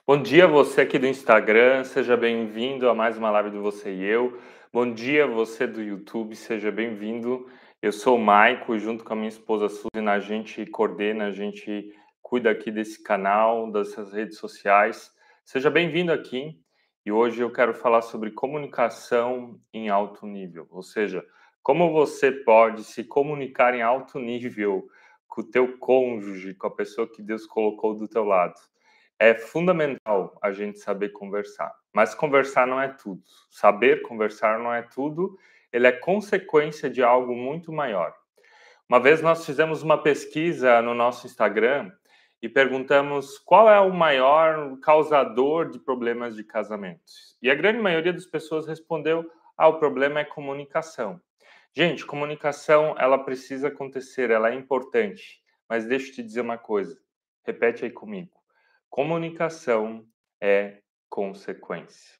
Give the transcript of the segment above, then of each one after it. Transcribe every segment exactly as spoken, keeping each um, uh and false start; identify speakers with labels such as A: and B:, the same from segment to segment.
A: Bom dia, você aqui do Instagram, seja bem-vindo a mais uma live do Você e Eu. Bom dia, você do YouTube, seja bem-vindo. Eu sou o Maico e junto com a minha esposa Suzy, a gente coordena, a gente cuida aqui desse canal, dessas redes sociais. Seja bem-vindo aqui e hoje eu quero falar sobre comunicação em alto nível, ou seja, como você pode se comunicar em alto nível com o teu cônjuge, com a pessoa que Deus colocou do teu lado. É fundamental a gente saber conversar, mas conversar não é tudo. Saber conversar não é tudo, ele é consequência de algo muito maior. Uma vez nós fizemos uma pesquisa no nosso Instagram e perguntamos qual é o maior causador de problemas de casamentos. E a grande maioria das pessoas respondeu: "Ah, o problema é comunicação". Gente, comunicação, ela precisa acontecer, ela é importante, mas deixa eu te dizer uma coisa, repete aí comigo. Comunicação é consequência.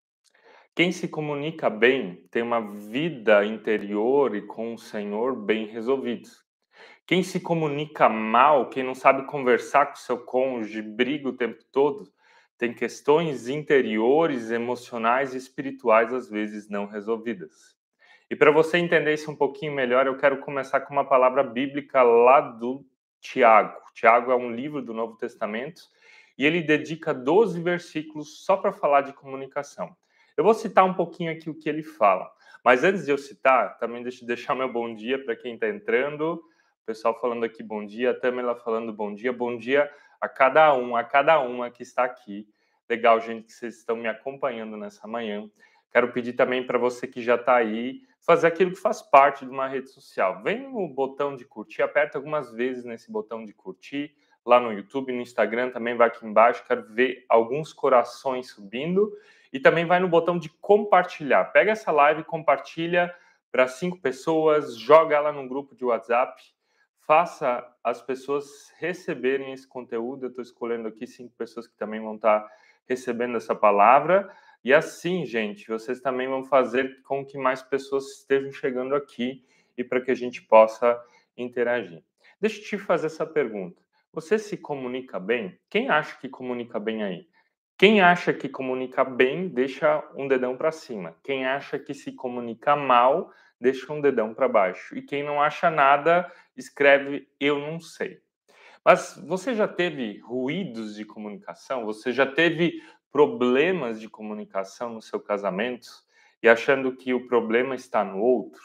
A: Quem se comunica bem tem uma vida interior e com o Senhor bem resolvidos. Quem se comunica mal, quem não sabe conversar com seu cônjuge, briga o tempo todo, tem questões interiores, emocionais e espirituais às vezes não resolvidas. E para você entender isso um pouquinho melhor, eu quero começar com uma palavra bíblica lá do Tiago. Tiago é um livro do Novo Testamento e ele dedica doze versículos só para falar de comunicação. Eu vou citar um pouquinho aqui o que ele fala, mas antes de eu citar, também deixa eu deixar meu bom dia para quem está entrando. O pessoal falando aqui bom dia, a Tamela falando bom dia, bom dia a cada um, a cada uma que está aqui. Legal, gente, que vocês estão me acompanhando nessa manhã. Quero pedir também para você que já está aí, fazer aquilo que faz parte de uma rede social. Vem no botão de curtir, aperta algumas vezes nesse botão de curtir, lá no YouTube, no Instagram, também vai aqui embaixo, quero ver alguns corações subindo, e também vai no botão de compartilhar. Pega essa live, compartilha para cinco pessoas, joga ela num grupo de WhatsApp, faça as pessoas receberem esse conteúdo. Eu estou escolhendo aqui cinco pessoas que também vão estar recebendo essa palavra, e assim, gente, vocês também vão fazer com que mais pessoas estejam chegando aqui e para que a gente possa interagir. Deixa eu te fazer essa pergunta. Você se comunica bem? Quem acha que comunica bem aí? Quem acha que comunica bem, deixa um dedão para cima. Quem acha que se comunica mal, deixa um dedão para baixo. E quem não acha nada, escreve eu não sei. Mas você já teve ruídos de comunicação? Você já teve problemas de comunicação no seu casamento e achando que o problema está no outro?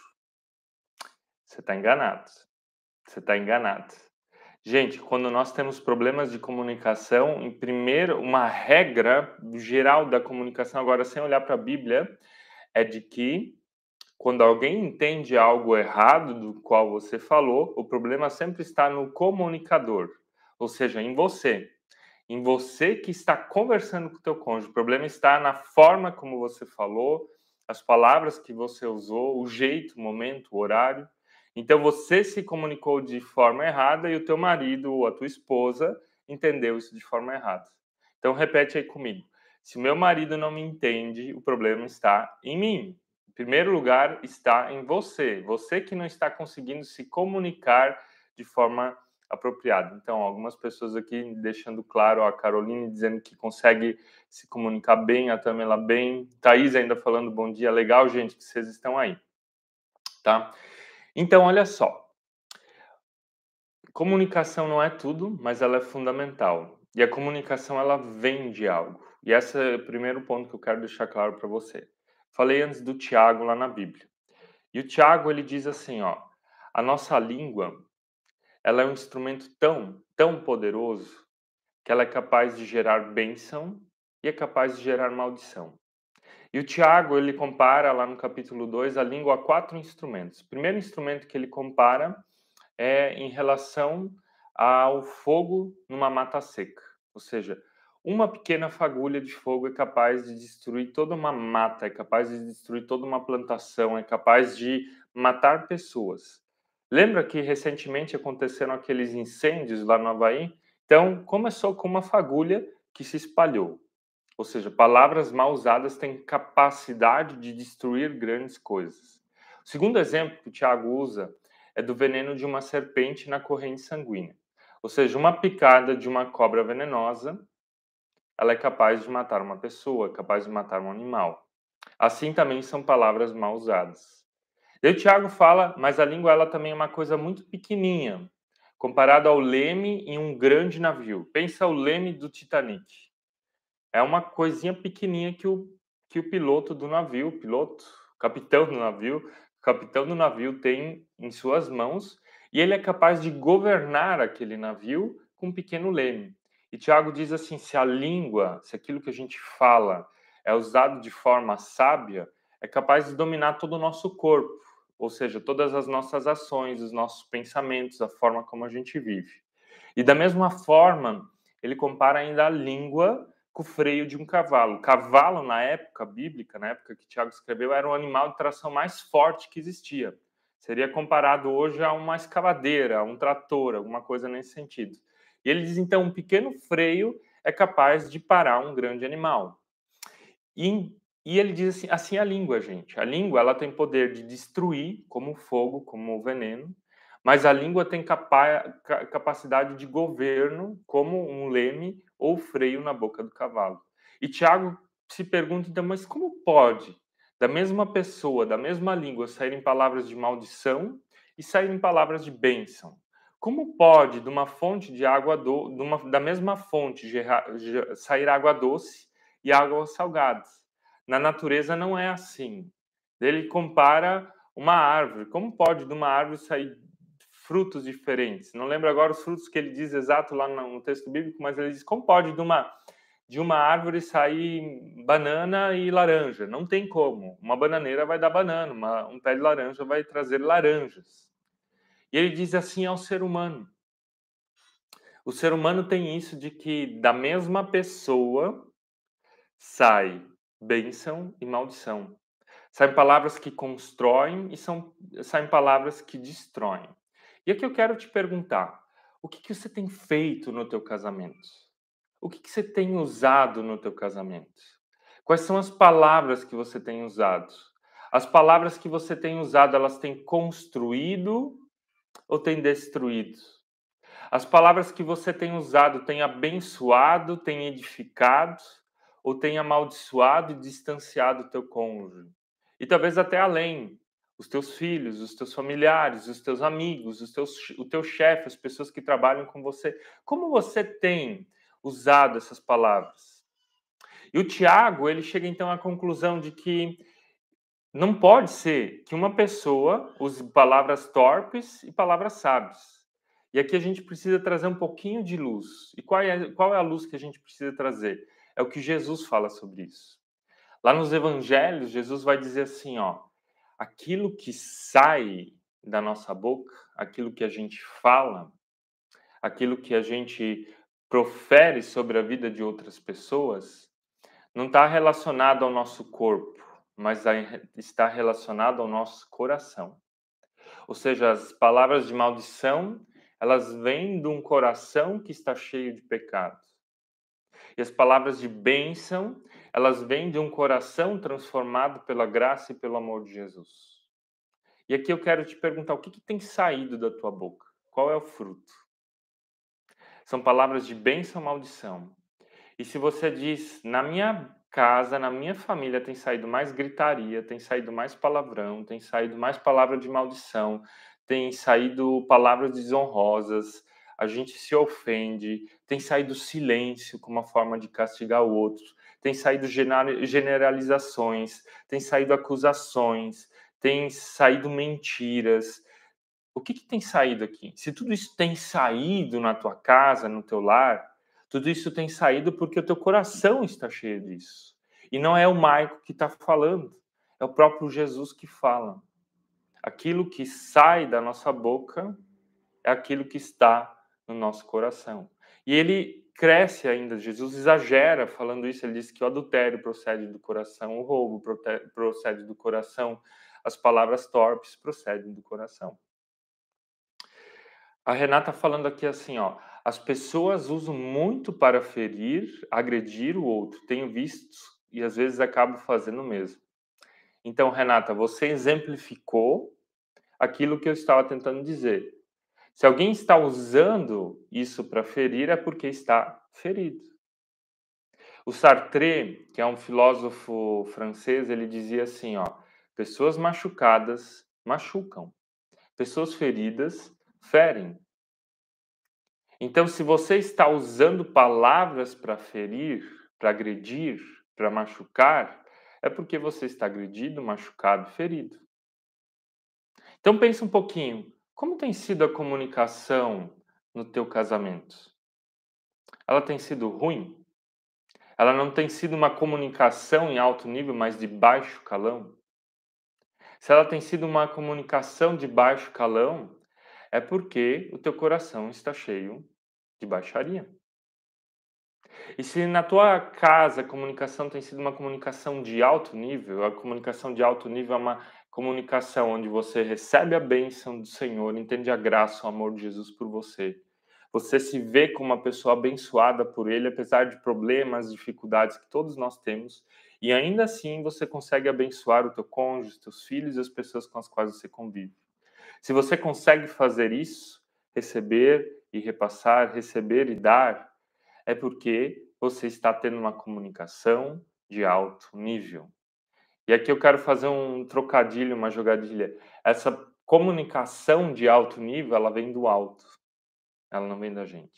A: Você está enganado. Você está enganado. Gente, quando nós temos problemas de comunicação, em primeiro, uma regra geral da comunicação, agora sem olhar para a Bíblia, é de que quando alguém entende algo errado do qual você falou, o problema sempre está no comunicador, ou seja, em você. Em você que está conversando com o teu cônjuge. O problema está na forma como você falou, as palavras que você usou, o jeito, o momento, o horário. Então você se comunicou de forma errada e o teu marido ou a tua esposa entendeu isso de forma errada. Então repete aí comigo. Se o meu marido não me entende, o problema está em mim. Em primeiro lugar, está em você. Você que não está conseguindo se comunicar de forma apropriada. Então, algumas pessoas aqui deixando claro, ó, a Caroline dizendo que consegue se comunicar bem, a Tamela bem, Thaís ainda falando bom dia, legal, gente, que vocês estão aí, tá? Então, olha só, comunicação não é tudo, mas ela é fundamental. E a comunicação, ela vem de algo. E esse é o primeiro ponto que eu quero deixar claro para você. Falei antes do Tiago lá na Bíblia. E o Tiago, ele diz assim, ó, a nossa língua, ela é um instrumento tão, tão poderoso que ela é capaz de gerar bênção e é capaz de gerar maldição. E o Tiago, ele compara lá no capítulo dois a língua a quatro instrumentos. O primeiro instrumento que ele compara é em relação ao fogo numa mata seca. Ou seja, uma pequena fagulha de fogo é capaz de destruir toda uma mata, é capaz de destruir toda uma plantação, é capaz de matar pessoas. Lembra que recentemente aconteceram aqueles incêndios lá no Havaí? Então, começou com uma fagulha que se espalhou. Ou seja, palavras mal usadas têm capacidade de destruir grandes coisas. O segundo exemplo que o Tiago usa é do veneno de uma serpente na corrente sanguínea. Ou seja, uma picada de uma cobra venenosa ela é capaz de matar uma pessoa, capaz de matar um animal. Assim também são palavras mal usadas. E o Tiago fala, mas a língua ela também é uma coisa muito pequenininha, comparado ao leme em um grande navio. Pensa o leme do Titanic. É uma coisinha pequenininha que o, que o piloto do navio, o piloto, o capitão do navio, o capitão do navio tem em suas mãos e ele é capaz de governar aquele navio com um pequeno leme. E Tiago diz assim: se a língua, se aquilo que a gente fala é usado de forma sábia, é capaz de dominar todo o nosso corpo, ou seja, todas as nossas ações, os nossos pensamentos, a forma como a gente vive. E da mesma forma, ele compara ainda a língua com o freio de um cavalo. O cavalo, na época bíblica, na época que Tiago escreveu, era o animal de tração mais forte que existia. Seria comparado hoje a uma escavadeira, a um trator, alguma coisa nesse sentido. E ele diz, então, um pequeno freio é capaz de parar um grande animal. E, e ele diz assim, assim a língua, gente. A língua ela tem poder de destruir, como o fogo, como o veneno, mas a língua tem capa capacidade de governo, como um leme ou freio na boca do cavalo. E Tiago se pergunta, então, mas como pode, da mesma pessoa, da mesma língua, saírem palavras de maldição e saírem palavras de bênção? Como pode, de uma fonte de água do, de uma, da mesma fonte, gerar, sair água doce e águas salgadas? Na natureza não é assim. Ele compara uma árvore. Como pode de uma árvore sair frutos diferentes? Não lembro agora os frutos que ele diz exato lá no texto bíblico, mas ele diz como pode de uma de uma árvore sair banana e laranja? Não tem como. Uma bananeira vai dar banana, uma, um pé de laranja vai trazer laranjas. E ele diz assim ao ser humano. O ser humano tem isso de que da mesma pessoa sai bênção e maldição. Saem palavras que constroem e são, saem palavras que destroem. E aqui eu quero te perguntar, o que, que você tem feito no teu casamento? O que, que você tem usado no teu casamento? Quais são as palavras que você tem usado? As palavras que você tem usado, elas têm construído ou têm destruído? As palavras que você tem usado têm abençoado, têm edificado ou têm amaldiçoado e distanciado o teu cônjuge? E talvez até além, os teus filhos, os teus familiares, os teus amigos, os teus, o teu chefe, as pessoas que trabalham com você. Como você tem usado essas palavras? E o Tiago, ele chega então à conclusão de que não pode ser que uma pessoa use palavras torpes e palavras sábias. E aqui a gente precisa trazer um pouquinho de luz. E qual é, qual é a luz que a gente precisa trazer? É o que Jesus fala sobre isso. Lá nos evangelhos, Jesus vai dizer assim, ó, aquilo que sai da nossa boca, aquilo que a gente fala, aquilo que a gente profere sobre a vida de outras pessoas, não está relacionado ao nosso corpo, mas está relacionado ao nosso coração. Ou seja, as palavras de maldição, elas vêm de um coração que está cheio de pecado. E as palavras de bênção, elas vêm de um coração transformado pela graça e pelo amor de Jesus. E aqui eu quero te perguntar, o que, que tem saído da tua boca? Qual é o fruto? São palavras de bênção ou maldição? E se você diz, na minha casa, na minha família tem saído mais gritaria, tem saído mais palavrão, tem saído mais palavra de maldição, tem saído palavras desonrosas, a gente se ofende, tem saído silêncio como uma forma de castigar o outro, tem saído generalizações, tem saído acusações, tem saído mentiras. O que, que tem saído aqui? Se tudo isso tem saído na tua casa, no teu lar, tudo isso tem saído porque o teu coração está cheio disso. E não é o Maico que está falando, é o próprio Jesus que fala. Aquilo que sai da nossa boca é aquilo que está no nosso coração. E ele cresce ainda, Jesus exagera falando isso, ele diz que o adultério procede do coração, o roubo procede do coração, as palavras torpes procedem do coração. A Renata falando aqui assim, ó, as pessoas usam muito para ferir, agredir o outro. Tenho visto e às vezes acabo fazendo o mesmo. Então, Renata, você exemplificou aquilo que eu estava tentando dizer. Se alguém está usando isso para ferir, é porque está ferido. O Sartre, que é um filósofo francês, ele dizia assim, ó: pessoas machucadas machucam, pessoas feridas ferem. Então, se você está usando palavras para ferir, para agredir, para machucar, é porque você está agredido, machucado, ferido. Então pensa um pouquinho, como tem sido a comunicação no teu casamento? Ela tem sido ruim? Ela não tem sido uma comunicação em alto nível, mas de baixo calão? Se ela tem sido uma comunicação de baixo calão, é porque o teu coração está cheio de baixaria. E se na tua casa a comunicação tem sido uma comunicação de alto nível, a comunicação de alto nível é uma comunicação onde você recebe a bênção do Senhor, entende a graça, o amor de Jesus por você. Você se vê como uma pessoa abençoada por Ele, apesar de problemas, dificuldades que todos nós temos, e ainda assim você consegue abençoar o teu cônjuge, os teus filhos e as pessoas com as quais você convive. Se você consegue fazer isso, receber e repassar, receber e dar, é porque você está tendo uma comunicação de alto nível. E aqui eu quero fazer um trocadilho, uma jogadilha. Essa comunicação de alto nível, ela vem do alto, ela não vem da gente.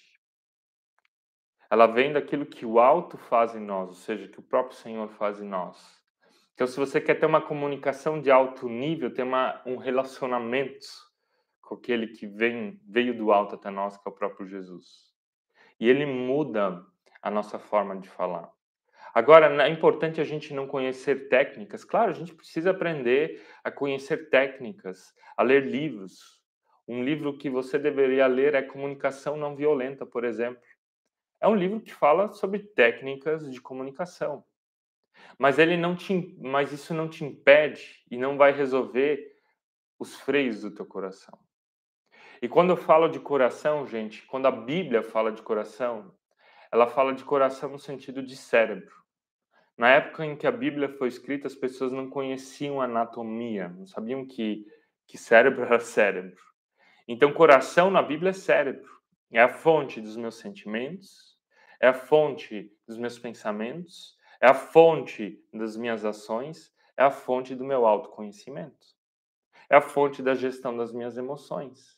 A: Ela vem daquilo que o alto faz em nós, ou seja, que o próprio Senhor faz em nós. Então, se você quer ter uma comunicação de alto nível, ter uma, um relacionamento com aquele que vem, veio do alto até nós, que é o próprio Jesus. E ele muda a nossa forma de falar. Agora, é importante a gente não conhecer técnicas. Claro, a gente precisa aprender a conhecer técnicas, a ler livros. Um livro que você deveria ler é Comunicação Não Violenta, por exemplo. É um livro que fala sobre técnicas de comunicação. Mas ele não te, mas isso não te impede e não vai resolver os freios do teu coração. E quando eu falo de coração, gente, quando a Bíblia fala de coração, ela fala de coração no sentido de cérebro. Na época em que a Bíblia foi escrita, as pessoas não conheciam anatomia, não sabiam que, que cérebro era cérebro. Então, coração na Bíblia é cérebro. É a fonte dos meus sentimentos, é a fonte dos meus pensamentos, é a fonte das minhas ações, é a fonte do meu autoconhecimento. É a fonte da gestão das minhas emoções.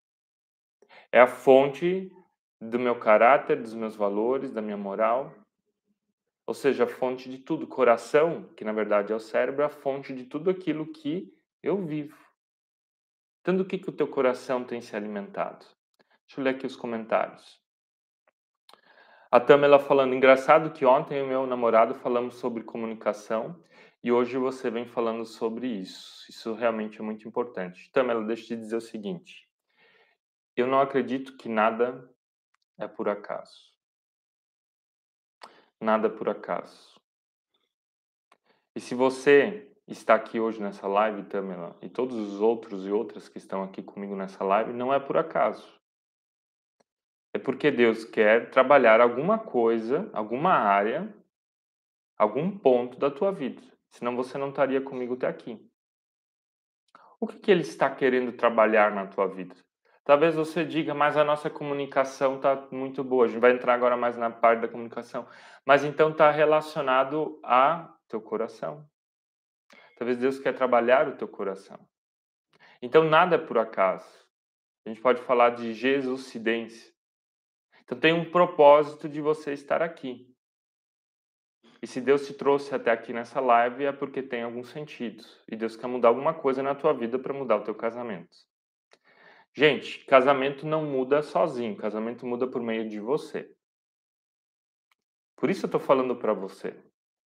A: É a fonte do meu caráter, dos meus valores, da minha moral. Ou seja, a fonte de tudo. Coração, que na verdade é o cérebro, é a fonte de tudo aquilo que eu vivo. Então, do que, que o teu coração tem se alimentado? Deixa eu ler aqui os comentários. A Tamela falando, engraçado que ontem eu e meu namorado falamos sobre comunicação e hoje você vem falando sobre isso. Isso realmente é muito importante. Tamela, deixa eu te dizer o seguinte. Eu não acredito que nada é por acaso. Nada é por acaso. E se você está aqui hoje nessa live, Tamela, e todos os outros e outras que estão aqui comigo nessa live, não é por acaso. É porque Deus quer trabalhar alguma coisa, alguma área, algum ponto da tua vida. Senão você não estaria comigo até aqui. O que que Ele está querendo trabalhar na tua vida? Talvez você diga, mas a nossa comunicação está muito boa. A gente vai entrar agora mais na parte da comunicação. Mas então está relacionado a teu coração. Talvez Deus quer trabalhar o teu coração. Então nada é por acaso. A gente pode falar de Jesuscidência. Então tem um propósito de você estar aqui. E se Deus te trouxe até aqui nessa live é porque tem algum sentido. E Deus quer mudar alguma coisa na tua vida para mudar o teu casamento. Gente, casamento não muda sozinho. Casamento muda por meio de você. Por isso eu estou falando para você.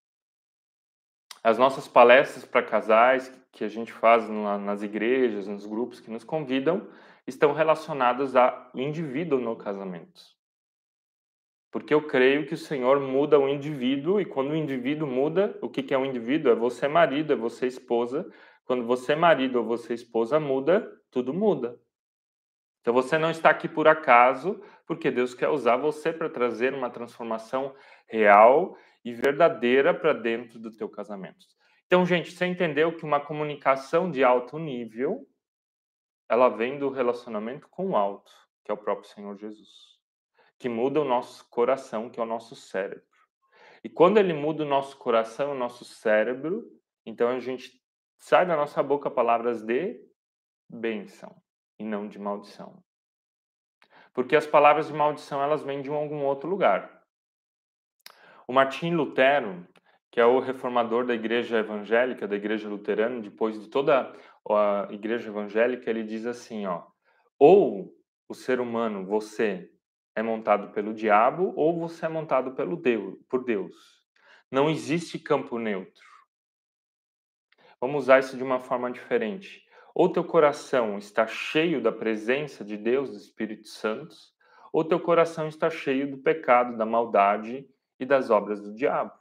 A: As nossas palestras para casais que a gente faz nas igrejas, nos grupos que nos convidam, estão relacionadas ao indivíduo no casamento. Porque eu creio que o Senhor muda o indivíduo, e quando o indivíduo muda, o que que é um indivíduo? É você marido, é você esposa. Quando você marido ou você esposa muda, tudo muda. Então você não está aqui por acaso, porque Deus quer usar você para trazer uma transformação real e verdadeira para dentro do teu casamento. Então, gente, você entendeu que uma comunicação de alto nível, ela vem do relacionamento com o alto, que é o próprio Senhor Jesus, que muda o nosso coração, que é o nosso cérebro. E quando ele muda o nosso coração, o nosso cérebro, então a gente sai da nossa boca palavras de bênção e não de maldição. Porque as palavras de maldição, elas vêm de algum outro lugar. O Martim Lutero, que é o reformador da igreja evangélica, da igreja luterana, depois de toda a igreja evangélica, ele diz assim, ó: ou o ser humano, você, é montado pelo diabo, ou você é montado pelo Deus, por Deus. Não existe campo neutro. Vamos usar isso de uma forma diferente. Ou teu coração está cheio da presença de Deus, do Espírito Santo, ou teu coração está cheio do pecado, da maldade e das obras do diabo.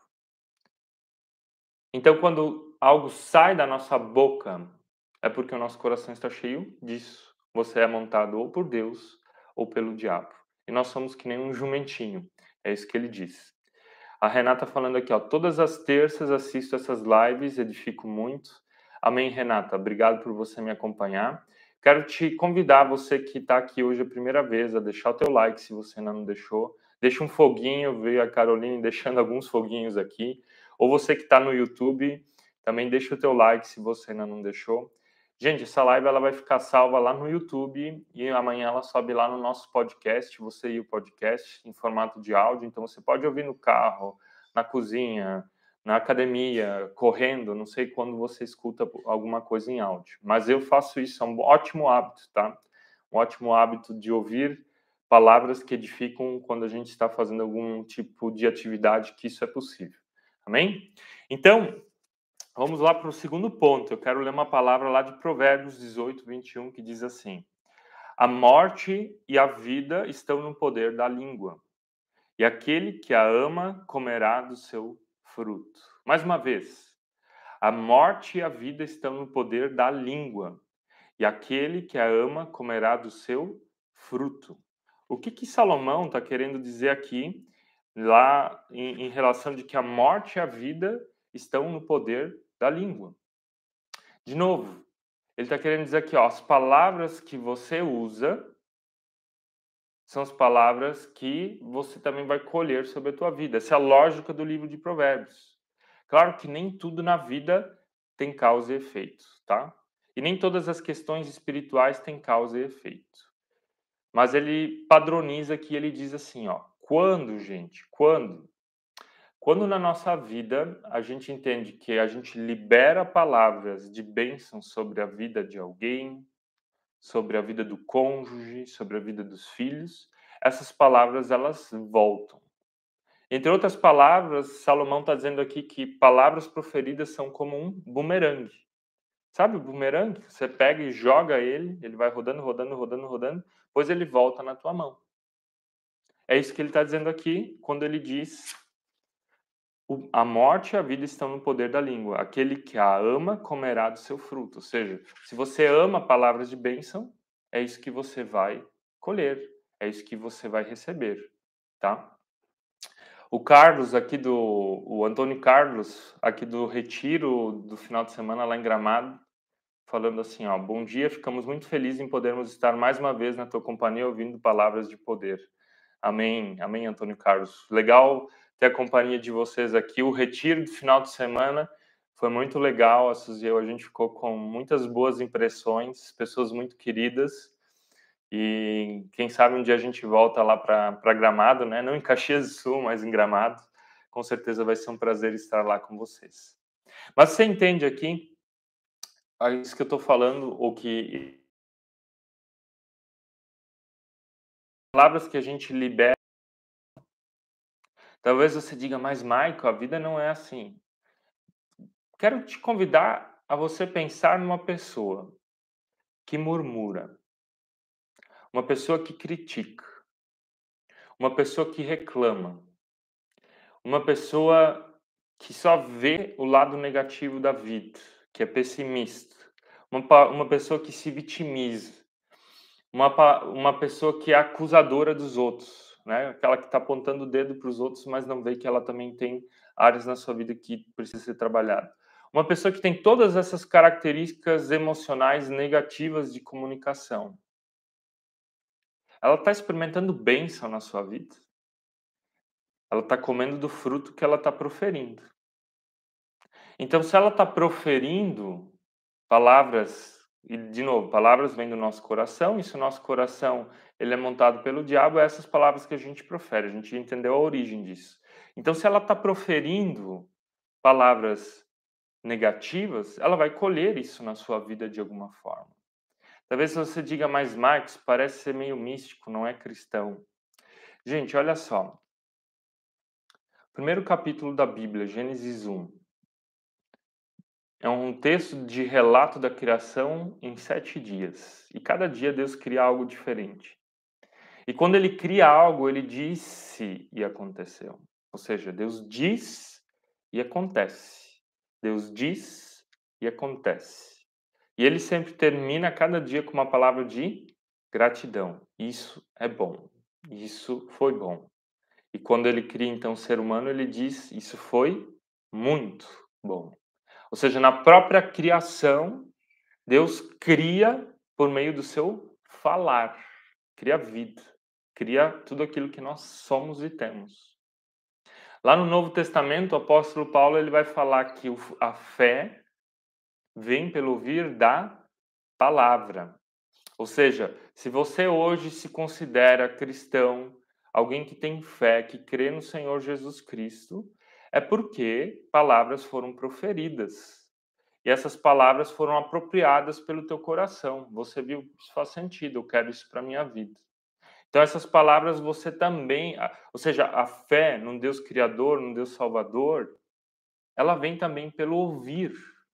A: Então, quando algo sai da nossa boca, é porque o nosso coração está cheio disso. Você é montado ou por Deus ou pelo diabo. E nós somos que nem um jumentinho. É isso que ele diz. A Renata falando aqui, ó, todas as terças assisto essas lives, edifico muito. Amém, Renata. Obrigado por você me acompanhar. Quero te convidar, você que está aqui hoje a primeira vez, a deixar o teu like, se você ainda não deixou. Deixa um foguinho, veio a Caroline deixando alguns foguinhos aqui. Ou você que está no YouTube, também deixa o teu like, se você ainda não deixou. Gente, essa live ela vai ficar salva lá no YouTube e amanhã ela sobe lá no nosso podcast, você e o podcast, em formato de áudio. Então você pode ouvir no carro, na cozinha, na academia, correndo, não sei quando você escuta alguma coisa em áudio. Mas eu faço isso, é um ótimo hábito, tá? Um ótimo hábito de ouvir palavras que edificam quando a gente está fazendo algum tipo de atividade que isso é possível. Amém? Então, vamos lá para o segundo ponto. Eu quero ler uma palavra lá de Provérbios dezoito, vinte e um, que diz assim: a morte e a vida estão no poder da língua, e aquele que a ama comerá do seu fruto. Mais uma vez, a morte e a vida estão no poder da língua, e aquele que a ama comerá do seu fruto. O que que Salomão está querendo dizer aqui, lá em, em relação de que a morte e a vida estão no poder da língua? De novo, ele está querendo dizer aqui, ó, as palavras que você usa são as palavras que você também vai colher sobre a tua vida. Essa é a lógica do livro de Provérbios. Claro que nem tudo na vida tem causa e efeito, tá? E nem todas as questões espirituais têm causa e efeito. Mas ele padroniza aqui, ele diz assim, ó, quando, gente, quando? Quando na nossa vida a gente entende que a gente libera palavras de bênção sobre a vida de alguém, sobre a vida do cônjuge, sobre a vida dos filhos, essas palavras elas voltam. Entre outras palavras, Salomão está dizendo aqui que palavras proferidas são como um bumerangue. Sabe o bumerangue? Você pega e joga ele, ele vai rodando, rodando, rodando, rodando, depois ele volta na tua mão. É isso que ele está dizendo aqui quando ele diz: a morte e a vida estão no poder da língua. Aquele que a ama comerá do seu fruto. Ou seja, se você ama palavras de bênção, é isso que você vai colher, é isso que você vai receber, tá? O Carlos aqui do, o Antônio Carlos aqui do retiro do final de semana lá em Gramado, falando assim, ó, bom dia, ficamos muito felizes em podermos estar mais uma vez na tua companhia ouvindo palavras de poder. Amém, amém, Antônio Carlos. Legal ter a companhia de vocês aqui. O retiro do final de semana foi muito legal, a Suzy e eu, a gente ficou com muitas boas impressões, pessoas muito queridas. E quem sabe um dia a gente volta lá para Gramado, né? Não em Caxias do Sul, mas em Gramado. Com certeza vai ser um prazer estar lá com vocês. Mas você entende aqui, isso que eu estou falando, ou que palavras que a gente libera. Talvez você diga, mas Michael, a vida não é assim. Quero te convidar a você pensar numa pessoa que murmura, uma pessoa que critica, uma pessoa que reclama, uma pessoa que só vê o lado negativo da vida, que é pessimista, uma, uma pessoa que se vitimiza, uma, uma pessoa que é acusadora dos outros, né? Aquela que está apontando o dedo para os outros, mas não vê que ela também tem áreas na sua vida que precisa ser trabalhada. Uma pessoa que tem todas essas características emocionais negativas de comunicação. Ela está experimentando bênção na sua vida? Ela está comendo do fruto que ela está proferindo. Então, se ela está proferindo palavras, e de novo, palavras vêm do nosso coração, e se o nosso coração ele é montado pelo diabo, é essas palavras que a gente profere, a gente entendeu a origem disso. Então, se ela está proferindo palavras negativas, ela vai colher isso na sua vida de alguma forma. Talvez você diga, mas Marcos, parece ser meio místico, não é cristão. Gente, olha só. Primeiro capítulo da Bíblia, Gênesis um. É um texto de relato da criação em sete dias. E cada dia Deus cria algo diferente. E quando ele cria algo, ele disse e aconteceu. Ou seja, Deus diz e acontece. Deus diz e acontece. E ele sempre termina cada dia com uma palavra de gratidão. Isso é bom. Isso foi bom. E quando ele cria então o ser humano, ele diz: isso foi muito bom. Ou seja, na própria criação, Deus cria por meio do seu falar, cria vida, cria tudo aquilo que nós somos e temos. Lá no Novo Testamento, o apóstolo Paulo ele vai falar que a fé vem pelo ouvir da palavra. Ou seja, se você hoje se considera cristão, alguém que tem fé, que crê no Senhor Jesus Cristo, é porque palavras foram proferidas. E essas palavras foram apropriadas pelo teu coração. Você viu, isso faz sentido, eu quero isso para a minha vida. Então essas palavras você também, ou seja, a fé num Deus Criador, num Deus Salvador, ela vem também pelo ouvir,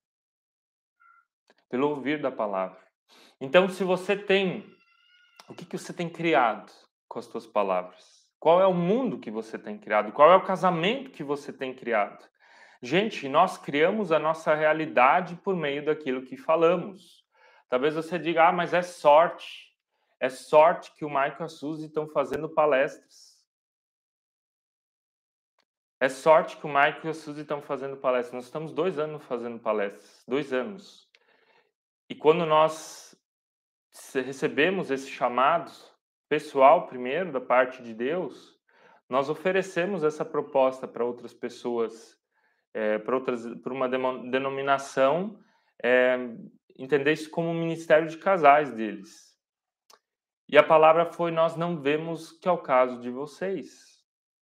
A: pelo ouvir da palavra. Então se você tem, o que, que você tem criado com as tuas palavras? Qual é o mundo que você tem criado? Qual é o casamento que você tem criado? Gente, nós criamos a nossa realidade por meio daquilo que falamos. Talvez você diga, ah, mas é sorte. É sorte que o Michael e a Suzy estão fazendo palestras. É sorte que o Michael e a Suzy estão fazendo palestras. Nós estamos dois anos fazendo palestras. Dois anos. E quando nós recebemos esse chamado pessoal primeiro, da parte de Deus, nós oferecemos essa proposta para outras pessoas, é, para outras, para uma denominação, é, entender isso como um ministério de casais deles. E a palavra foi: nós não vemos que é o caso de vocês.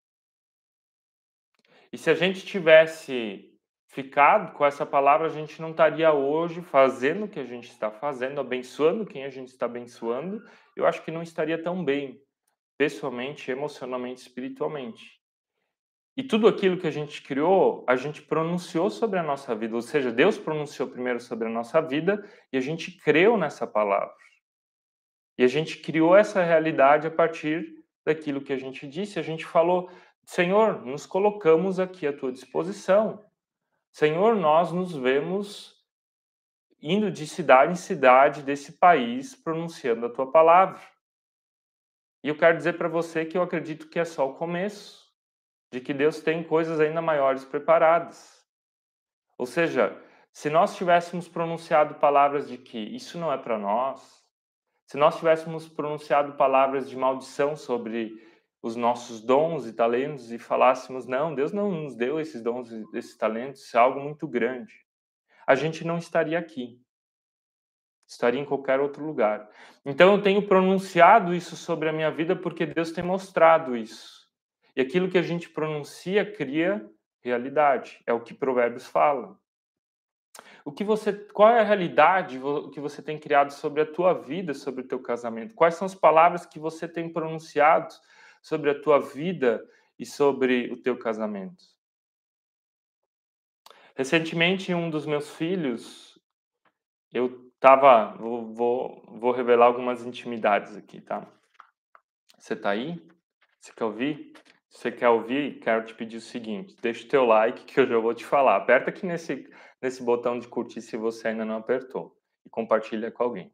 A: E se a gente tivesse ficado com essa palavra, a gente não estaria hoje fazendo o que a gente está fazendo, abençoando quem a gente está abençoando. Eu acho que não estaria tão bem, pessoalmente, emocionalmente, espiritualmente. E tudo aquilo que a gente criou, a gente pronunciou sobre a nossa vida, ou seja, Deus pronunciou primeiro sobre a nossa vida e a gente creu nessa palavra. E a gente criou essa realidade a partir daquilo que a gente disse. A gente falou: Senhor, nos colocamos aqui à tua disposição. Senhor, nós nos vemos indo de cidade em cidade desse país pronunciando a tua palavra. E eu quero dizer para você que eu acredito que é só o começo, de que Deus tem coisas ainda maiores preparadas. Ou seja, se nós tivéssemos pronunciado palavras de que isso não é para nós, se nós tivéssemos pronunciado palavras de maldição sobre os nossos dons e talentos e falássemos, não, Deus não nos deu esses dons e esses talentos, isso é algo muito grande, a gente não estaria aqui. Estaria em qualquer outro lugar. Então eu tenho pronunciado isso sobre a minha vida porque Deus tem mostrado isso. E aquilo que a gente pronuncia cria realidade. É o que Provérbios fala. O que você, qual é a realidade que você tem criado sobre a tua vida, sobre o teu casamento? Quais são as palavras que você tem pronunciado sobre a tua vida e sobre o teu casamento? Recentemente, um dos meus filhos, eu tava, vou, vou, vou revelar algumas intimidades aqui, tá? Você tá aí? Você quer ouvir? Se você quer ouvir, quero te pedir o seguinte: deixa o teu like que eu já vou te falar. Aperta aqui nesse, nesse botão de curtir se você ainda não apertou e compartilha com alguém.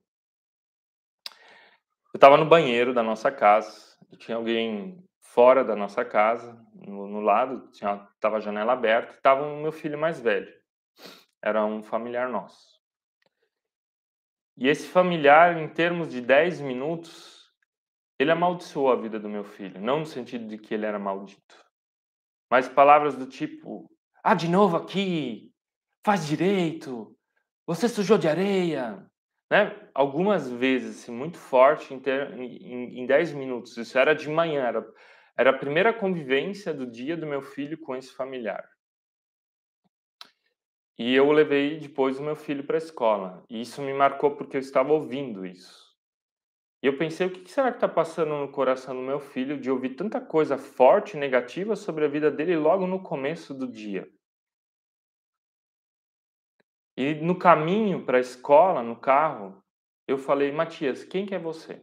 A: Eu estava no banheiro da nossa casa e tinha alguém fora da nossa casa, no, no lado, tinha, tava a janela aberta, e estava o meu filho mais velho. Era um familiar nosso. E esse familiar, em termos de dez minutos, ele amaldiçoou a vida do meu filho. Não no sentido de que ele era maldito, Mas palavras do tipo: "Ah, de novo aqui, faz direito, você sujou de areia", né, algumas vezes, assim, muito forte em ter em em em dez minutos, isso era de manhã, era era a primeira convivência do dia do meu filho com esse familiar. E eu levei depois o meu filho para a escola, e isso me marcou porque eu estava ouvindo isso. E eu pensei: "O que que será que está passando no coração do meu filho de ouvir tanta coisa forte e negativa sobre a vida dele logo no começo do dia?". E no caminho para a escola, no carro, eu falei: "Matias, quem que é você?".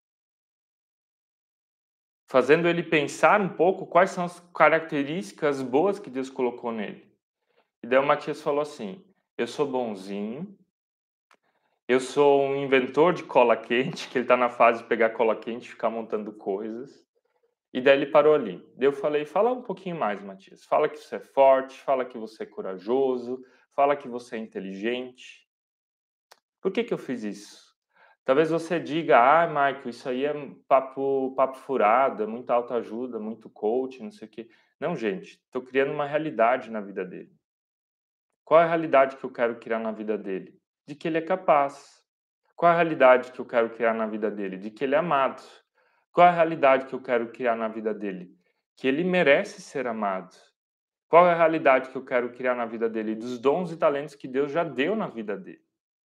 A: Fazendo ele pensar um pouco quais são as características boas que Deus colocou nele. E daí o Matias falou assim: "Eu sou bonzinho, eu sou um inventor de cola quente", que ele está na fase de pegar cola quente e ficar montando coisas. E daí ele parou ali. Daí eu falei: "Fala um pouquinho mais, Matias. Fala que você é forte, fala que você é corajoso, fala que você é inteligente". Por que que eu fiz isso? Talvez você diga: "Ah, Michael, isso aí é papo papo furado, é muita autoajuda, muito coach, não sei o quê". Não, gente, estou criando uma realidade na vida dele. Qual é a realidade que eu quero criar na vida dele? De que ele é capaz. Qual é a realidade que eu quero criar na vida dele? De que ele é amado. Qual é a realidade que eu quero criar na vida dele? Que ele merece ser amado. Qual é a realidade que eu quero criar na vida dele? Dos dons e talentos que Deus já deu na vida dele.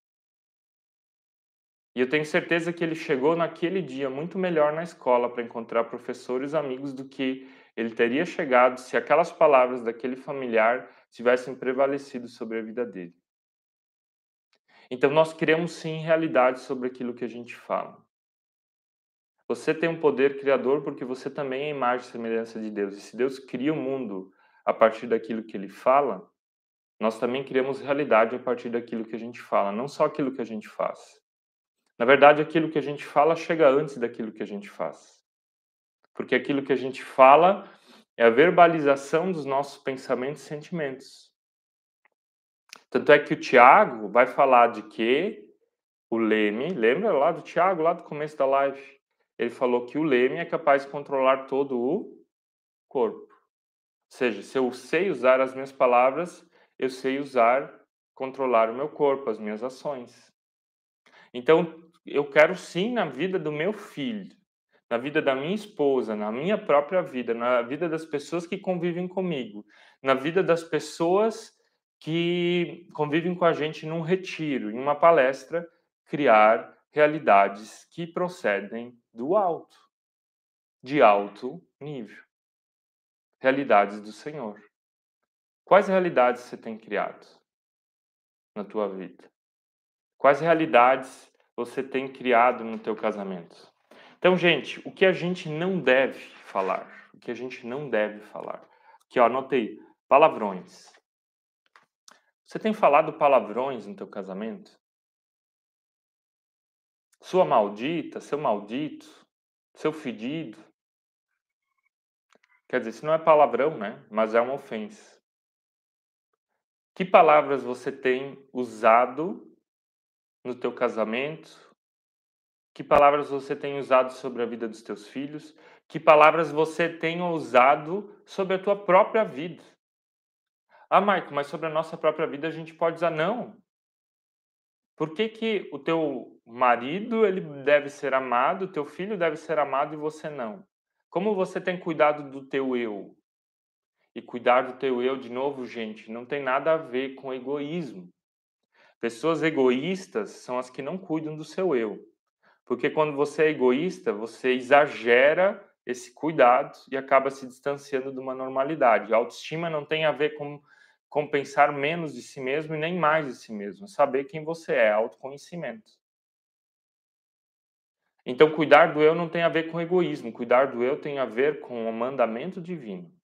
A: E eu tenho certeza que ele chegou naquele dia muito melhor na escola para encontrar professores amigos do que ele teria chegado se aquelas palavras daquele familiar tivessem prevalecido sobre a vida dele. Então nós criamos sim realidade sobre aquilo que a gente fala. Você tem um poder criador porque você também é imagem e semelhança de Deus. E se Deus cria o mundo a partir daquilo que ele fala, nós também criamos realidade a partir daquilo que a gente fala, não só aquilo que a gente faz. Na verdade, aquilo que a gente fala chega antes daquilo que a gente faz. Porque aquilo que a gente fala é a verbalização dos nossos pensamentos e sentimentos. Tanto é que o Tiago vai falar de que o Leme, lembra lá do Tiago, lá do começo da live? Ele falou que o Leme é capaz de controlar todo o corpo. Ou seja, se eu sei usar as minhas palavras, eu sei usar, controlar o meu corpo, as minhas ações. Então, eu quero sim na vida do meu filho, na vida da minha esposa, na minha própria vida, na vida das pessoas que convivem comigo, na vida das pessoas que convivem com a gente num retiro, em uma palestra, criar realidades que procedem do alto, de alto nível, realidades do Senhor. Quais realidades você tem criado na tua vida? Quais realidades você tem criado no teu casamento? Então, gente, o que a gente não deve falar, o que a gente não deve falar. Aqui, ó, anotei, palavrões. Você tem falado palavrões no teu casamento? Sua maldita, seu maldito, seu fedido. Quer dizer, isso não é palavrão, né? Mas é uma ofensa. Que palavras você tem usado no teu casamento? Que palavras você tem usado sobre a vida dos teus filhos? Que palavras você tem usado sobre a tua própria vida? Ah, Marco, mas sobre a nossa própria vida a gente pode usar. Não. Por que que o teu marido ele deve ser amado, o teu filho deve ser amado e você não? Como você tem cuidado do teu eu? E cuidar do teu eu, de novo, gente, não tem nada a ver com egoísmo. Pessoas egoístas são as que não cuidam do seu eu. Porque quando você é egoísta, você exagera esse cuidado e acaba se distanciando de uma normalidade. A autoestima não tem a ver com, com pensar menos de si mesmo e nem mais de si mesmo. Saber quem você é, autoconhecimento. Então, cuidar do eu não tem a ver com egoísmo. Cuidar do eu tem a ver com o mandamento divino.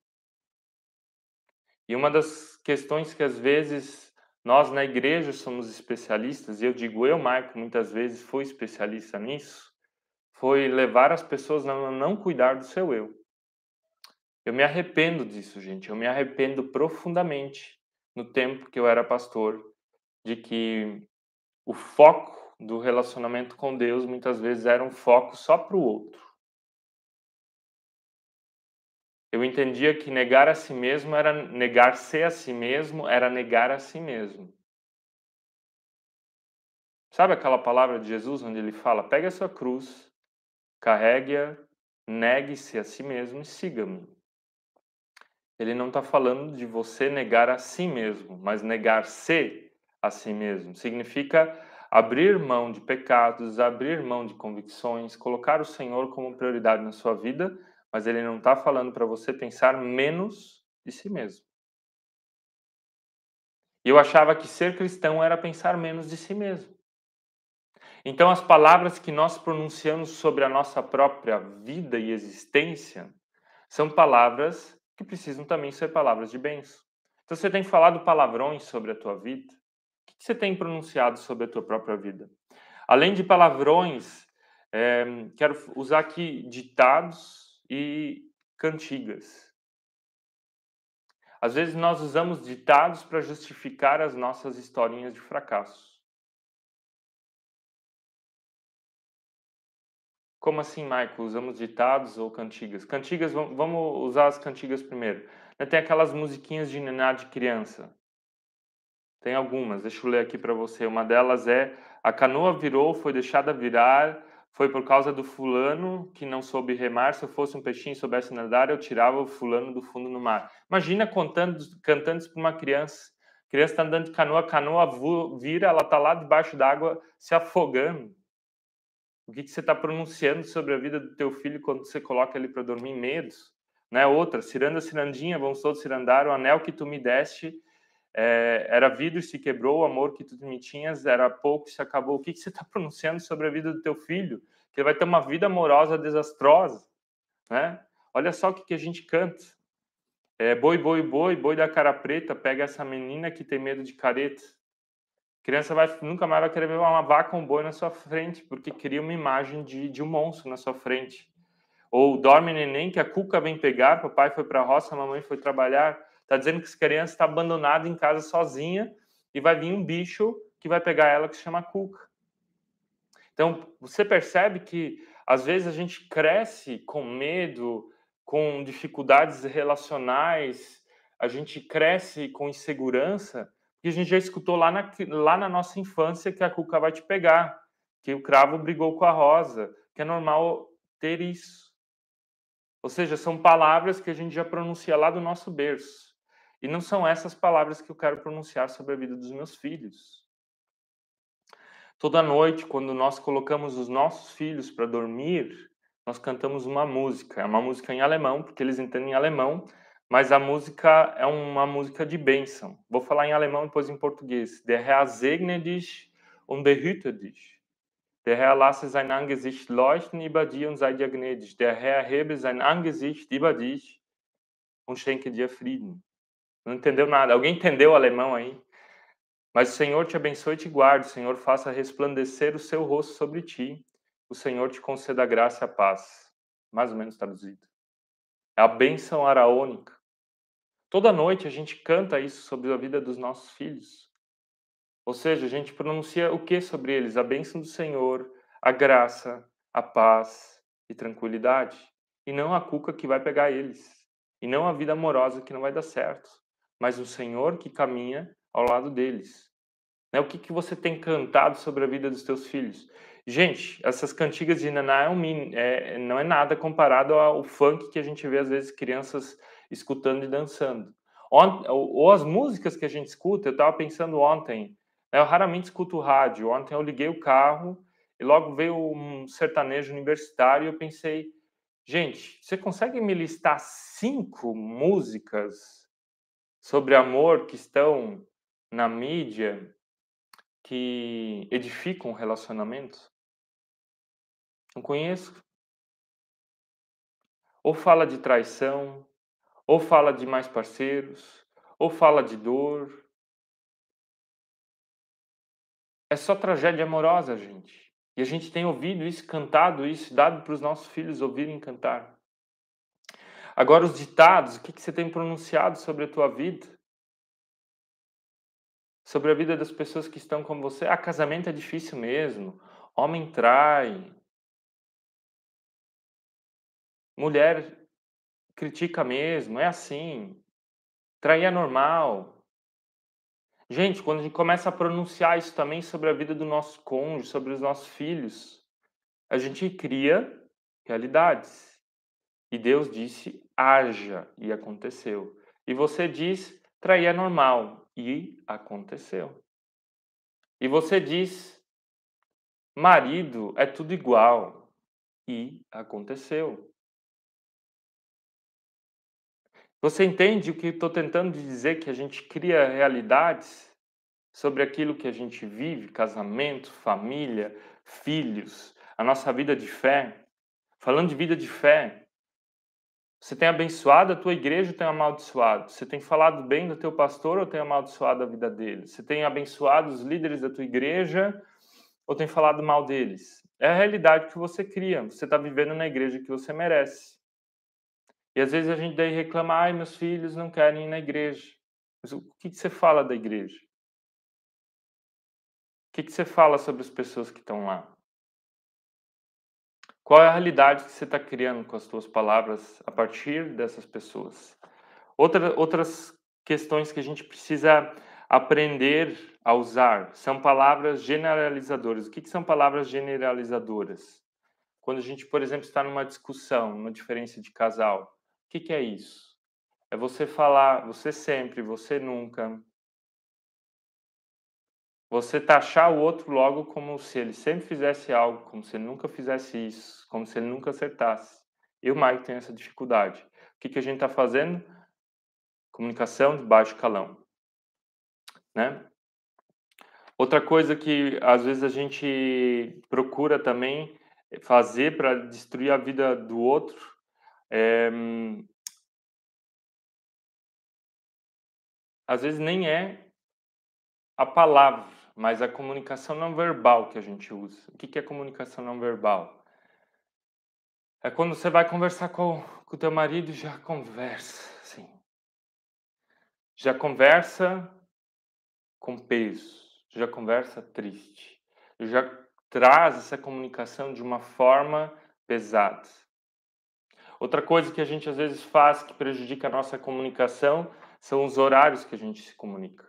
A: E uma das questões que às vezes nós na igreja somos especialistas, e eu digo eu, Marco, muitas vezes fui especialista nisso, foi levar as pessoas a não cuidar do seu eu. Eu me arrependo disso, gente. Eu me arrependo profundamente no tempo que eu era pastor, de que o foco do relacionamento com Deus muitas vezes era um foco só para o outro. Eu entendia que negar a si mesmo era negar-se a si mesmo, era negar a si mesmo. Sabe aquela palavra de Jesus onde ele fala: "Pegue a sua cruz, carregue-a, negue-se a si mesmo e siga-me". Ele não está falando de você negar a si mesmo, mas negar-se a si mesmo. Significa abrir mão de pecados, abrir mão de convicções, colocar o Senhor como prioridade na sua vida, mas ele não está falando para você pensar menos de si mesmo. E eu achava que ser cristão era pensar menos de si mesmo. Então, as palavras que nós pronunciamos sobre a nossa própria vida e existência são palavras que precisam também ser palavras de bênção. Então, você tem falado palavrões sobre a tua vida? O que você tem pronunciado sobre a tua própria vida? Além de palavrões, eh, quero usar aqui ditados e cantigas. Às vezes nós usamos ditados para justificar as nossas historinhas de fracasso. Como assim, Michael? Usamos ditados ou cantigas? Cantigas, vam- vamos usar as cantigas primeiro. Né, tem aquelas musiquinhas de niná de criança. Tem algumas, deixa eu ler aqui para você. Uma delas é: a canoa virou, foi deixada virar, foi por causa do fulano que não soube remar. Se eu fosse um peixinho e soubesse nadar, eu tirava o fulano do fundo no mar. Imagina contando, cantando isso para uma criança. A criança está andando de canoa, a canoa vo- vira, ela está lá debaixo d'água se afogando. O que que você está pronunciando sobre a vida do teu filho quando você coloca ele para dormir? Medos, né? Outra: ciranda, cirandinha, vamos todos cirandar, o anel que tu me deste é, era vidro e se quebrou, o amor que tu me tinhas era pouco e se acabou. O que que você está pronunciando sobre a vida do teu filho? Que ele vai ter uma vida amorosa desastrosa, né? Olha só o que que a gente canta. É, boi, boi, boi, boi da cara preta, pega essa menina que tem medo de careta. A criança vai, nunca mais vai querer ver uma vaca ou um boi na sua frente, porque cria uma imagem de, de um monstro na sua frente. Ou dorme neném que a cuca vem pegar, papai foi para a roça, a mamãe foi trabalhar. Está dizendo que essa criança está abandonada em casa sozinha e vai vir um bicho que vai pegar ela que se chama cuca. Então, você percebe que às vezes a gente cresce com medo, com dificuldades relacionais, a gente cresce com insegurança, e a gente já escutou lá na, lá na nossa infância que a cuca vai te pegar, que o cravo brigou com a rosa, que é normal ter isso. Ou seja, são palavras que a gente já pronuncia lá do nosso berço. E não são essas palavras que eu quero pronunciar sobre a vida dos meus filhos. Toda noite, quando nós colocamos os nossos filhos para dormir, nós cantamos uma música. É uma música em alemão, porque eles entendem alemão, mas a música é uma música de bênção. Vou falar em alemão e depois em português. Der Herr segne dich und behüte dich. Der Herr lasse sein Angesicht leuchten über dir und sei dir gnädig. Der Herr hebe sein Angesicht über dich und schenke dir Frieden. Não entendeu nada. Alguém entendeu o alemão aí? Mas o Senhor te abençoe e te guarde. O Senhor faça resplandecer o seu rosto sobre ti. O Senhor te conceda a graça e a paz. Mais ou menos traduzido. É a bênção araônica. Toda noite a gente canta isso sobre a vida dos nossos filhos. Ou seja, a gente pronuncia o que sobre eles? A bênção do Senhor, a graça, a paz e tranquilidade. E não a cuca que vai pegar eles. E não a vida amorosa que não vai dar certo. Mas o Senhor que caminha ao lado deles. Né? O que, que você tem cantado sobre a vida dos teus filhos? Gente, essas cantigas de Naná é um min, é, não é nada comparado ao funk que a gente vê às vezes crianças escutando e dançando. Ont, ou, ou as músicas que a gente escuta, eu estava pensando ontem, né, eu raramente escuto rádio. Ontem eu liguei o carro e logo veio um sertanejo universitário e eu pensei, gente, você consegue me listar cinco músicas sobre amor que estão na mídia que edificam relacionamentos? Não conheço. Ou fala de traição, ou fala de mais parceiros, ou fala de dor. É só tragédia amorosa, gente. E a gente tem ouvido isso, cantado isso, dado para os nossos filhos ouvirem cantar. Agora, os ditados, o que que você tem pronunciado sobre a tua vida? Sobre a vida das pessoas que estão com você? Ah, casamento é difícil mesmo. Homem trai. Mulher critica mesmo, é assim, trair é normal. Gente, quando a gente começa a pronunciar isso também sobre a vida do nosso cônjuge, sobre os nossos filhos, a gente cria realidades. E Deus disse: haja, e aconteceu. E você diz: trair é normal, e aconteceu. E você diz: marido é tudo igual, e aconteceu. Você entende o que estou tentando dizer? Que a gente cria realidades sobre aquilo que a gente vive, casamento, família, filhos, a nossa vida de fé. Falando de vida de fé, você tem abençoado a tua igreja ou tem amaldiçoado? Você tem falado bem do teu pastor ou tem amaldiçoado a vida dele? Você tem abençoado os líderes da tua igreja ou tem falado mal deles? É a realidade que você cria. Você está vivendo na igreja que você merece. E às vezes a gente daí reclama: ai, meus filhos não querem ir na igreja. Mas o que que você fala da igreja? O que que você fala sobre as pessoas que estão lá? Qual é a realidade que você está criando com as suas palavras a partir dessas pessoas? Outra, outras questões que a gente precisa aprender a usar são palavras generalizadoras. O que que são palavras generalizadoras? Quando a gente, por exemplo, está numa discussão, numa diferença de casal, o que que é isso? É você falar você sempre, você nunca. Você taxar o outro logo como se ele sempre fizesse algo, como se ele nunca fizesse isso, como se ele nunca acertasse. Eu, Mike, tenho essa dificuldade. O que que a gente está fazendo? Comunicação de baixo calão, né? Outra coisa que às vezes a gente procura também fazer para destruir a vida do outro é, hum, às vezes nem é a palavra, mas a comunicação não verbal que a gente usa. O que que é comunicação não verbal? É quando você vai conversar com, com o teu marido e já conversa, assim. Já conversa com peso, já conversa triste, já traz essa comunicação de uma forma pesada. Outra coisa que a gente às vezes faz que prejudica a nossa comunicação são os horários que a gente se comunica.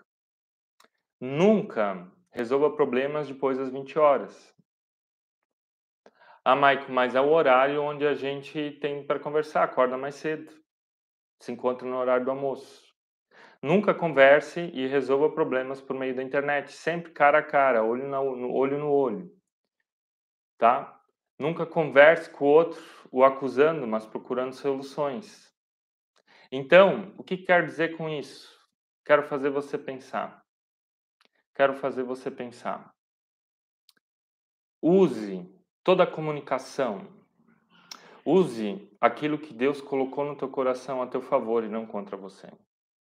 A: Nunca resolva problemas depois das vinte horas. Ah, Maico, mas é o horário onde a gente tem para conversar, acorda mais cedo, se encontra no horário do almoço. Nunca converse e resolva problemas por meio da internet, sempre cara a cara, olho no, no olho no olho, tá? Nunca converse com o outro o acusando, mas procurando soluções. Então, o que quero dizer com isso? Quero fazer você pensar. Quero fazer você pensar. Use toda a comunicação. Use aquilo que Deus colocou no teu coração a teu favor e não contra você.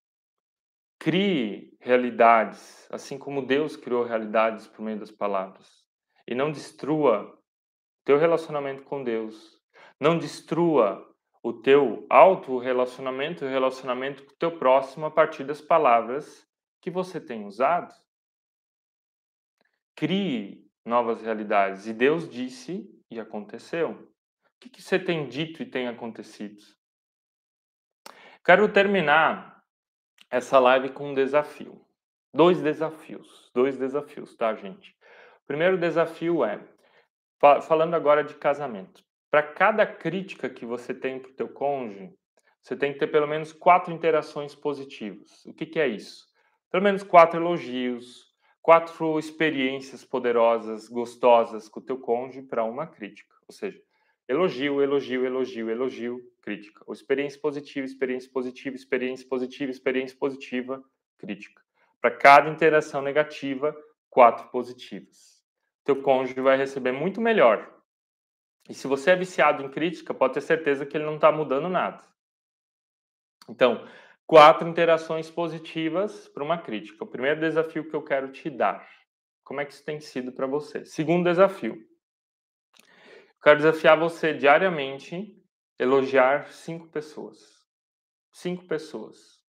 A: Crie realidades, assim como Deus criou realidades por meio das palavras. E não destrua teu relacionamento com Deus. Não destrua o teu auto-relacionamento e o relacionamento com o teu próximo a partir das palavras que você tem usado. Crie novas realidades. E Deus disse e aconteceu. O que que você tem dito e tem acontecido? Quero terminar essa live com um desafio. Dois desafios. Dois desafios, tá, gente? O primeiro desafio é, fa- falando agora de casamento. Para cada crítica que você tem para o teu cônjuge, você tem que ter pelo menos quatro interações positivas. O que que é isso? Pelo menos quatro elogios, quatro experiências poderosas, gostosas com o teu cônjuge para uma crítica. Ou seja, elogio, elogio, elogio, elogio, crítica. Ou experiência positiva, experiência positiva, experiência positiva, experiência positiva, crítica. Para cada interação negativa, quatro positivas. Teu cônjuge vai receber muito melhor. E se você é viciado em crítica, pode ter certeza que ele não está mudando nada. Então, quatro interações positivas para uma crítica. O primeiro desafio que eu quero te dar. Como é que isso tem sido para você? Segundo desafio. Eu quero desafiar você diariamente elogiar cinco pessoas. Cinco pessoas.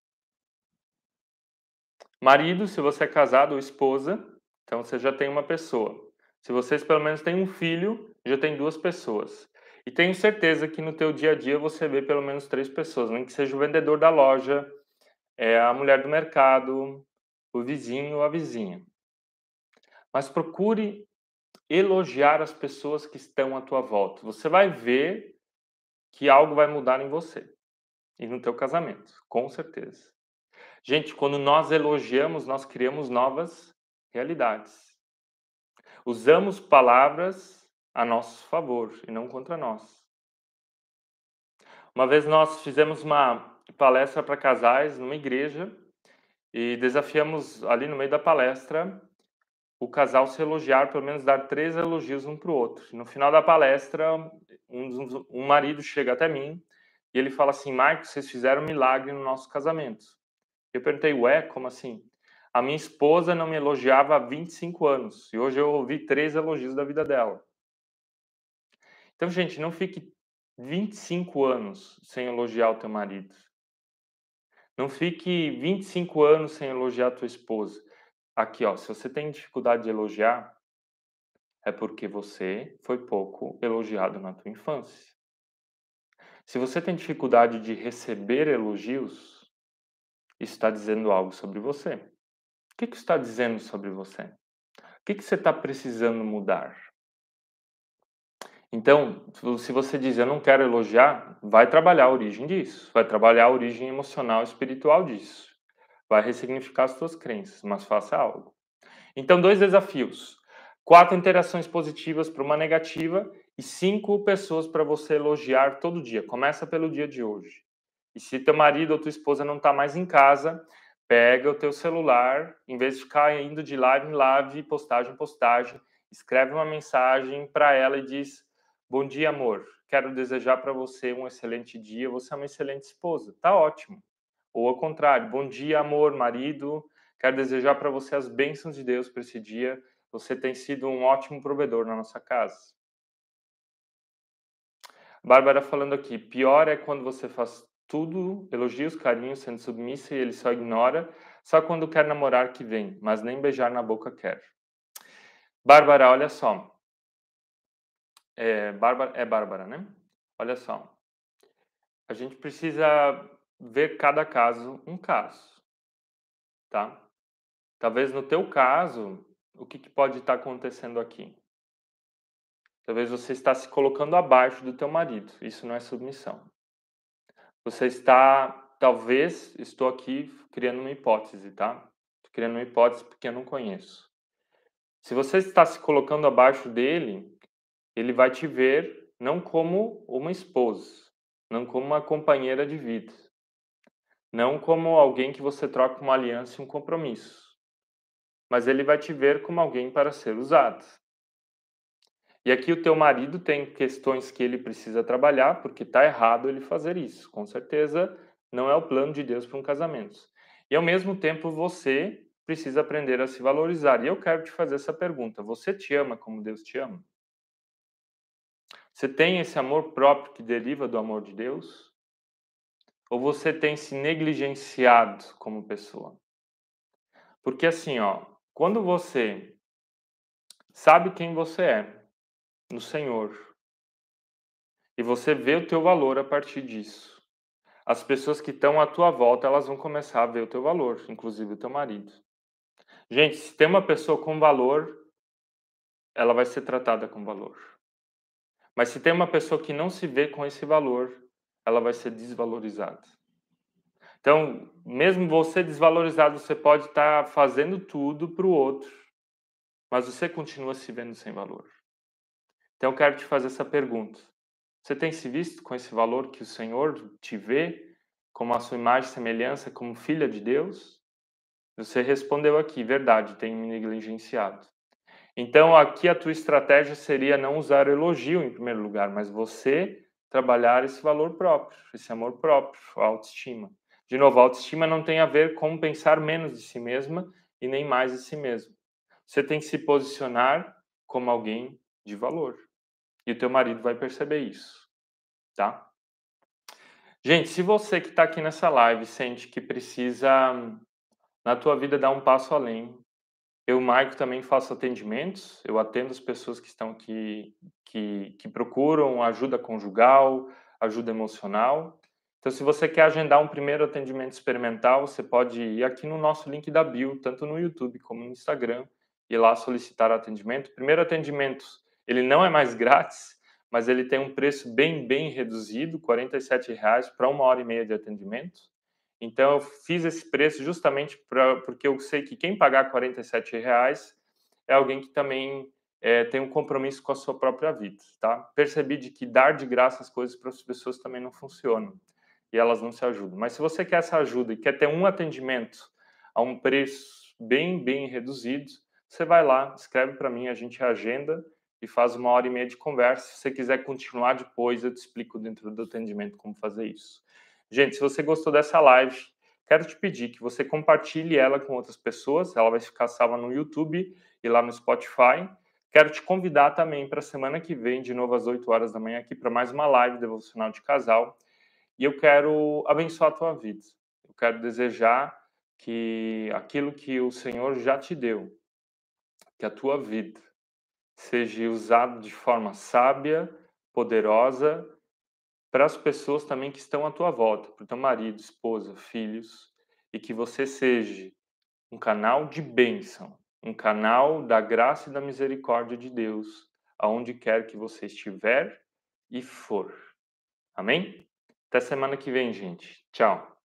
A: Marido, se você é casado ou esposa, então você já tem uma pessoa. Se vocês pelo menos têm um filho, já tem duas pessoas. E tenho certeza que no teu dia a dia você vê pelo menos três pessoas, nem que seja o vendedor da loja, é a mulher do mercado, o vizinho ou a vizinha. Mas procure elogiar as pessoas que estão à tua volta. Você vai ver que algo vai mudar em você e no teu casamento, com certeza. Gente, quando nós elogiamos, nós criamos novas realidades. Usamos palavras a nosso favor e não contra nós. Uma vez nós fizemos uma palestra para casais numa igreja e desafiamos ali no meio da palestra o casal se elogiar, pelo menos dar três elogios um para o outro. No final da palestra, um, dos- um marido chega até mim e ele fala assim: Marcos, vocês fizeram um milagre no nosso casamento. Eu perguntei: ué, como assim? A minha esposa não me elogiava há vinte e cinco anos e hoje eu ouvi três elogios da vida dela. Então, gente, não fique vinte e cinco anos sem elogiar o teu marido. Não fique vinte e cinco anos sem elogiar a tua esposa. Aqui, ó, se você tem dificuldade de elogiar, é porque você foi pouco elogiado na tua infância. Se você tem dificuldade de receber elogios, isso está dizendo algo sobre você. O que que está dizendo sobre você? O que que você está precisando mudar? Então, se você diz, eu não quero elogiar, vai trabalhar a origem disso. Vai trabalhar a origem emocional e espiritual disso. Vai ressignificar as suas crenças, mas faça algo. Então, dois desafios. Quatro interações positivas para uma negativa e cinco pessoas para você elogiar todo dia. Começa pelo dia de hoje. E se teu marido ou tua esposa não está mais em casa, pega o teu celular, em vez de ficar indo de live em live, postagem em postagem, escreve uma mensagem para ela e diz: bom dia, amor. Quero desejar para você um excelente dia. Você é uma excelente esposa. Tá ótimo. Ou ao contrário, bom dia, amor, marido. Quero desejar para você as bênçãos de Deus para esse dia. Você tem sido um ótimo provedor na nossa casa. Bárbara falando aqui, pior é quando você faz tudo, elogios, carinhos, sendo submissa e ele só ignora, só quando quer namorar que vem, mas nem beijar na boca quer. Bárbara, olha só. É Bárbara, é Bárbara, né? Olha só. A gente precisa ver cada caso um caso, tá? Talvez no teu caso, o que, que pode estar acontecendo aqui? Talvez você está se colocando abaixo do teu marido. Isso não é submissão. Você está, talvez, estou aqui criando uma hipótese, tá? Estou criando uma hipótese porque eu não conheço. Se você está se colocando abaixo dele, ele vai te ver não como uma esposa, não como uma companheira de vida, não como alguém que você troca uma aliança e um compromisso, mas ele vai te ver como alguém para ser usado. E aqui o teu marido tem questões que ele precisa trabalhar, porque está errado ele fazer isso. Com certeza não é o plano de Deus para um casamento. E ao mesmo tempo você precisa aprender a se valorizar. E eu quero te fazer essa pergunta: você te ama como Deus te ama? Você tem esse amor próprio que deriva do amor de Deus? Ou você tem se negligenciado como pessoa? Porque assim, ó, quando você sabe quem você é no Senhor e você vê o teu valor a partir disso, as pessoas que estão à tua volta, elas vão começar a ver o teu valor, inclusive o teu marido. Gente, se tem uma pessoa com valor, ela vai ser tratada com valor. Mas se tem uma pessoa que não se vê com esse valor, ela vai ser desvalorizada. Então, mesmo você desvalorizado, você pode estar fazendo tudo para o outro, mas você continua se vendo sem valor. Então, eu quero te fazer essa pergunta. Você tem se visto com esse valor que o Senhor te vê, como a sua imagem e semelhança, como filha de Deus? Você respondeu aqui, verdade, tenho me negligenciado. Então, aqui a tua estratégia seria não usar elogio em primeiro lugar, mas você trabalhar esse valor próprio, esse amor próprio, a autoestima. De novo, a autoestima não tem a ver com pensar menos de si mesma e nem mais de si mesmo. Você tem que se posicionar como alguém de valor. E o teu marido vai perceber isso, tá? Gente, se você que está aqui nessa live sente que precisa, na tua vida, dar um passo além, Eu, Maico, também faço atendimentos, eu atendo as pessoas que estão aqui, que, que procuram ajuda conjugal, ajuda emocional. Então, se você quer agendar um primeiro atendimento experimental, você pode ir aqui no nosso link da bio, tanto no YouTube como no Instagram, e lá solicitar atendimento. O primeiro atendimento, ele não é mais grátis, mas ele tem um preço bem, bem reduzido, quarenta e sete reais para uma hora e meia de atendimento. Então, eu fiz esse preço justamente pra, porque eu sei que quem pagar quarenta e sete reais é alguém que também é, tem um compromisso com a sua própria vida, tá? Percebi de que dar de graça as coisas para as pessoas também não funciona e elas não se ajudam. Mas se você quer essa ajuda e quer ter um atendimento a um preço bem, bem reduzido, você vai lá, escreve para mim, a gente agenda e faz uma hora e meia de conversa. Se você quiser continuar depois, eu te explico dentro do atendimento como fazer isso. Gente, se você gostou dessa live, quero te pedir que você compartilhe ela com outras pessoas. Ela vai ficar salva no YouTube e lá no Spotify. Quero te convidar também para a semana que vem, de novo às oito horas da manhã, aqui para mais uma live devocional de casal. E eu quero abençoar a tua vida. Eu quero desejar que aquilo que o Senhor já te deu, que a tua vida seja usado de forma sábia, poderosa, para as pessoas também que estão à tua volta, para o teu marido, esposa, filhos, e que você seja um canal de bênção, um canal da graça e da misericórdia de Deus, aonde quer que você estiver e for. Amém? Até semana que vem, gente. Tchau.